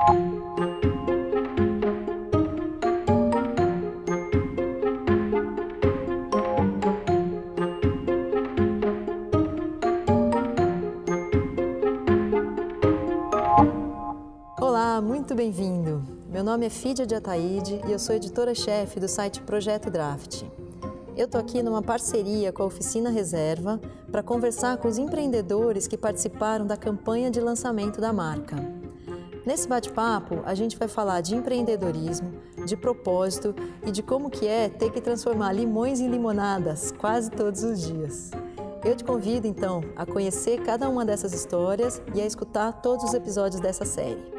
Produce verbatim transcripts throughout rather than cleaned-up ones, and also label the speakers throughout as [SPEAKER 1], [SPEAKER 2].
[SPEAKER 1] Olá, muito bem-vindo! Meu nome é Fídia de Ataíde e eu sou editora-chefe do site Projeto Draft. Eu estou aqui numa parceria com a Oficina Reserva para conversar com os empreendedores que participaram da campanha de lançamento da marca. Nesse bate-papo, a gente vai falar de empreendedorismo, de propósito e de como que é ter que transformar limões em limonadas quase todos os dias. Eu te convido, então, a conhecer cada uma dessas histórias e a escutar todos os episódios dessa série.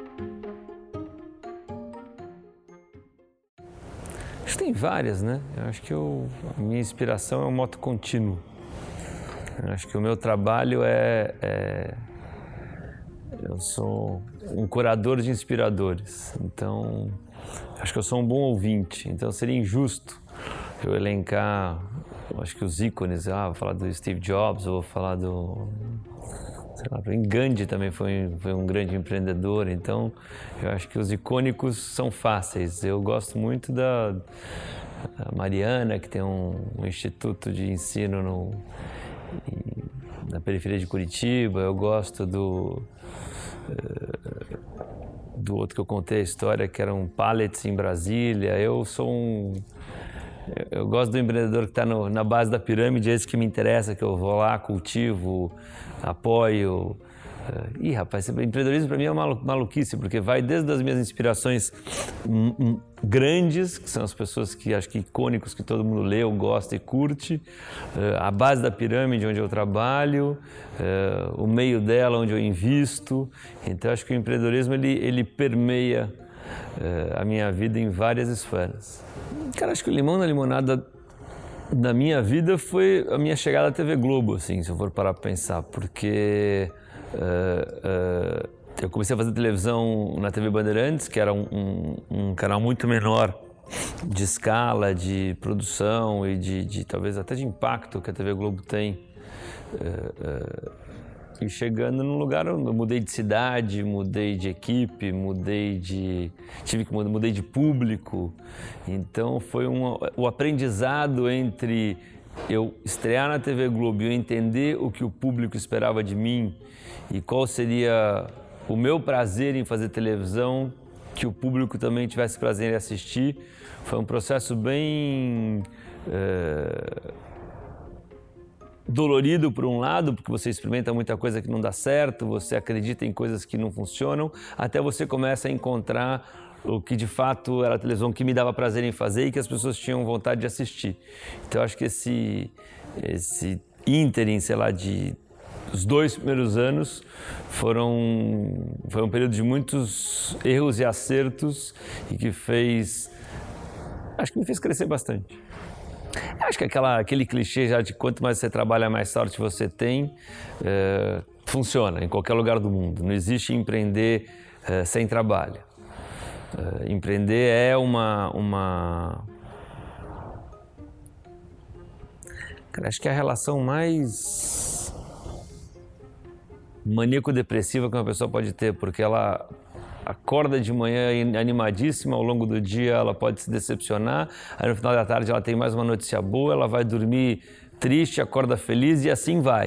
[SPEAKER 2] Acho que tem várias, né? Eu acho que eu, a minha inspiração é o moto contínuo. Eu acho que o meu trabalho é, é... Eu sou um curador de inspiradores. Então, acho que eu sou um bom ouvinte. Então, seria injusto eu elencar, eu acho que os ícones. Ah, vou falar do Steve Jobs, ou vou falar do... Sei lá, o Gandhi também foi, foi um grande empreendedor, então eu acho que os icônicos são fáceis. Eu gosto muito da Mariana, que tem um, um instituto de ensino no, na periferia de Curitiba. Eu gosto do, do outro que eu contei a história, que era um Pallets em Brasília. Eu sou um... Eu gosto do empreendedor que está na base da pirâmide, é esse que me interessa, que eu vou lá, cultivo, apoio. Ih, rapaz, empreendedorismo para mim é uma maluquice, porque vai desde as minhas inspirações grandes, que são as pessoas que acho que icônicos, que todo mundo lê, gosta e curte, a base da pirâmide onde eu trabalho, o meio dela onde eu invisto. Então acho que o empreendedorismo ele, ele permeia a minha vida em várias esferas. Cara, acho que o limão na limonada da minha vida foi a minha chegada à T V Globo, assim, se eu for parar para pensar, porque uh, uh, eu comecei a fazer televisão na T V Bandeirantes, que era um, um, um canal muito menor de escala, de produção e de, de talvez até de impacto que a T V Globo tem. Uh, uh, E chegando num lugar, eu mudei de cidade, mudei de equipe, mudei de, tive que mudei de público. Então foi um, o aprendizado entre eu estrear na T V Globo e eu entender o que o público esperava de mim e qual seria o meu prazer em fazer televisão, que o público também tivesse prazer em assistir. Foi um processo bem... É... dolorido por um lado, porque você experimenta muita coisa que não dá certo, você acredita em coisas que não funcionam, até você começa a encontrar o que de fato era a televisão que me dava prazer em fazer e que as pessoas tinham vontade de assistir. Então acho que esse, esse ínterim, sei lá, de os dois primeiros anos foram foi um período de muitos erros e acertos e que fez, acho que me fez crescer bastante. Eu acho que aquela, aquele clichê já de quanto mais você trabalha, mais sorte você tem, é, funciona em qualquer lugar do mundo. Não existe empreender é, sem trabalho. É, empreender é uma... uma... Cara, acho que é a relação mais maníaco-depressiva que uma pessoa pode ter, porque ela... acorda de manhã animadíssima, ao longo do dia ela pode se decepcionar, aí no final da tarde ela tem mais uma notícia boa, ela vai dormir triste, acorda feliz e assim vai.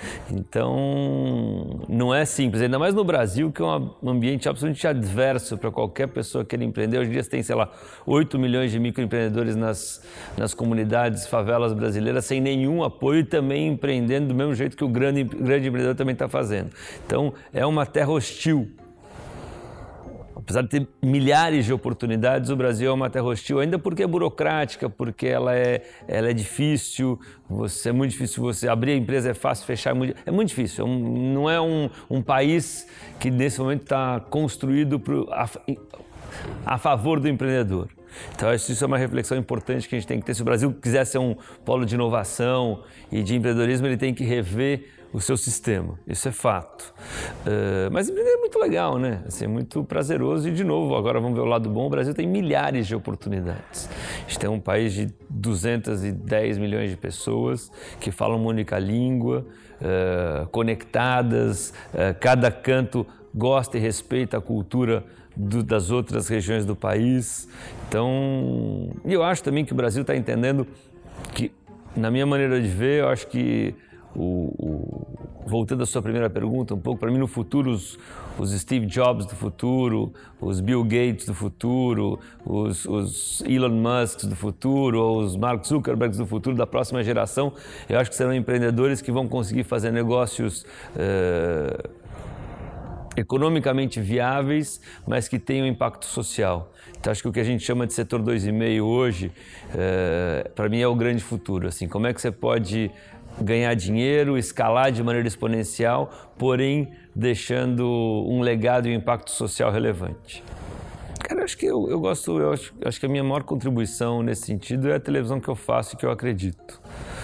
[SPEAKER 2] Então, não é simples, ainda mais no Brasil, que é um ambiente absolutamente adverso para qualquer pessoa que queira empreender. Hoje em dia você tem, sei lá, oito milhões de microempreendedores nas, nas comunidades, favelas brasileiras, sem nenhum apoio e também empreendendo do mesmo jeito que o grande, grande empreendedor também está fazendo. Então, é uma terra hostil. Apesar de ter milhares de oportunidades, o Brasil é uma terra hostil, ainda porque é burocrática, porque ela é, ela é difícil, você, é muito difícil você abrir a empresa, é fácil fechar, é muito, é muito difícil. É um, não é um, um país que nesse momento está construído pro, a, a favor do empreendedor. Então, acho que isso é uma reflexão importante que a gente tem que ter. Se o Brasil quiser ser um polo de inovação e de empreendedorismo, ele tem que rever o seu sistema, isso é fato. Uh, mas empreender é muito legal, né? Assim, é muito prazeroso e, de novo, agora vamos ver o lado bom, o Brasil tem milhares de oportunidades. A gente tem um país de duzentos e dez milhões de pessoas que falam uma única língua, uh, conectadas, uh, cada canto gosta e respeita a cultura do, das outras regiões do país. Então, e eu acho também que o Brasil está entendendo que, na minha maneira de ver, eu acho que, o, o, voltando à sua primeira pergunta, um pouco, para mim no futuro, os, os Steve Jobs do futuro, os Bill Gates do futuro, os, os Elon Musk do futuro, ou os Mark Zuckerberg do futuro, da próxima geração, eu acho que serão empreendedores que vão conseguir fazer negócios eh, economicamente viáveis, mas que tenham impacto social. Então, acho que o que a gente chama de setor dois e meio hoje, eh, para mim é o grande futuro. Assim, como é que você pode ganhar dinheiro, escalar de maneira exponencial, porém deixando um legado e um impacto social relevante. Cara, acho que eu, eu gosto, eu acho, acho que a minha maior contribuição nesse sentido é a televisão que eu faço e que eu acredito.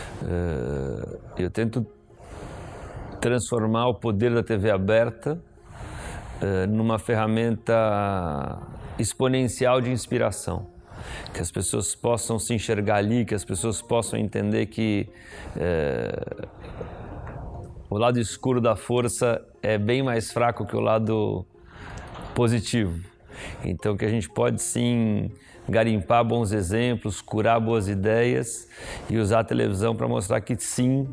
[SPEAKER 2] Uh, eu tento transformar o poder da T V aberta uh, numa ferramenta exponencial de inspiração. Que as pessoas possam se enxergar ali, que as pessoas possam entender que é, o lado escuro da força é bem mais fraco que o lado positivo. Então que a gente pode sim garimpar bons exemplos, curar boas ideias e usar a televisão para mostrar que sim,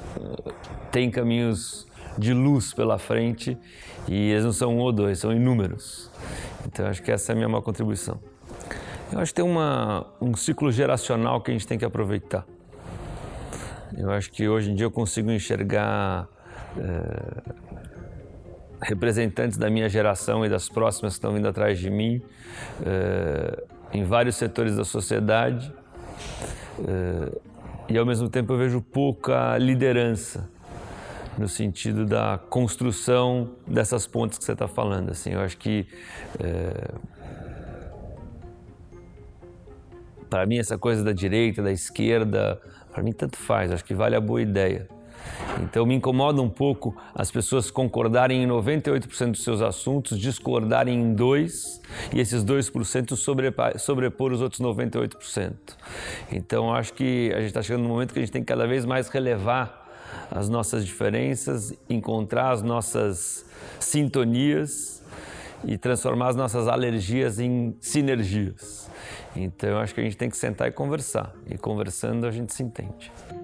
[SPEAKER 2] tem caminhos de luz pela frente e eles não são um ou dois, são inúmeros. Então acho que essa é a minha maior contribuição. Eu acho que tem uma, um ciclo geracional que a gente tem que aproveitar. Eu acho que hoje em dia eu consigo enxergar é, representantes da minha geração e das próximas que estão vindo atrás de mim é, em vários setores da sociedade é, e ao mesmo tempo eu vejo pouca liderança no sentido da construção dessas pontes que você está falando. Assim, eu acho que é, para mim, essa coisa da direita, da esquerda, para mim tanto faz, acho que vale a boa ideia. Então me incomoda um pouco as pessoas concordarem em noventa e oito por cento dos seus assuntos, discordarem em dois e esses dois por cento sobrepor os outros noventa e oito por cento. Então acho que a gente está chegando num momento que a gente tem que cada vez mais relevar as nossas diferenças, encontrar as nossas sintonias e transformar as nossas alergias em sinergias. Então, eu acho que a gente tem que sentar e conversar. E conversando, a gente se entende.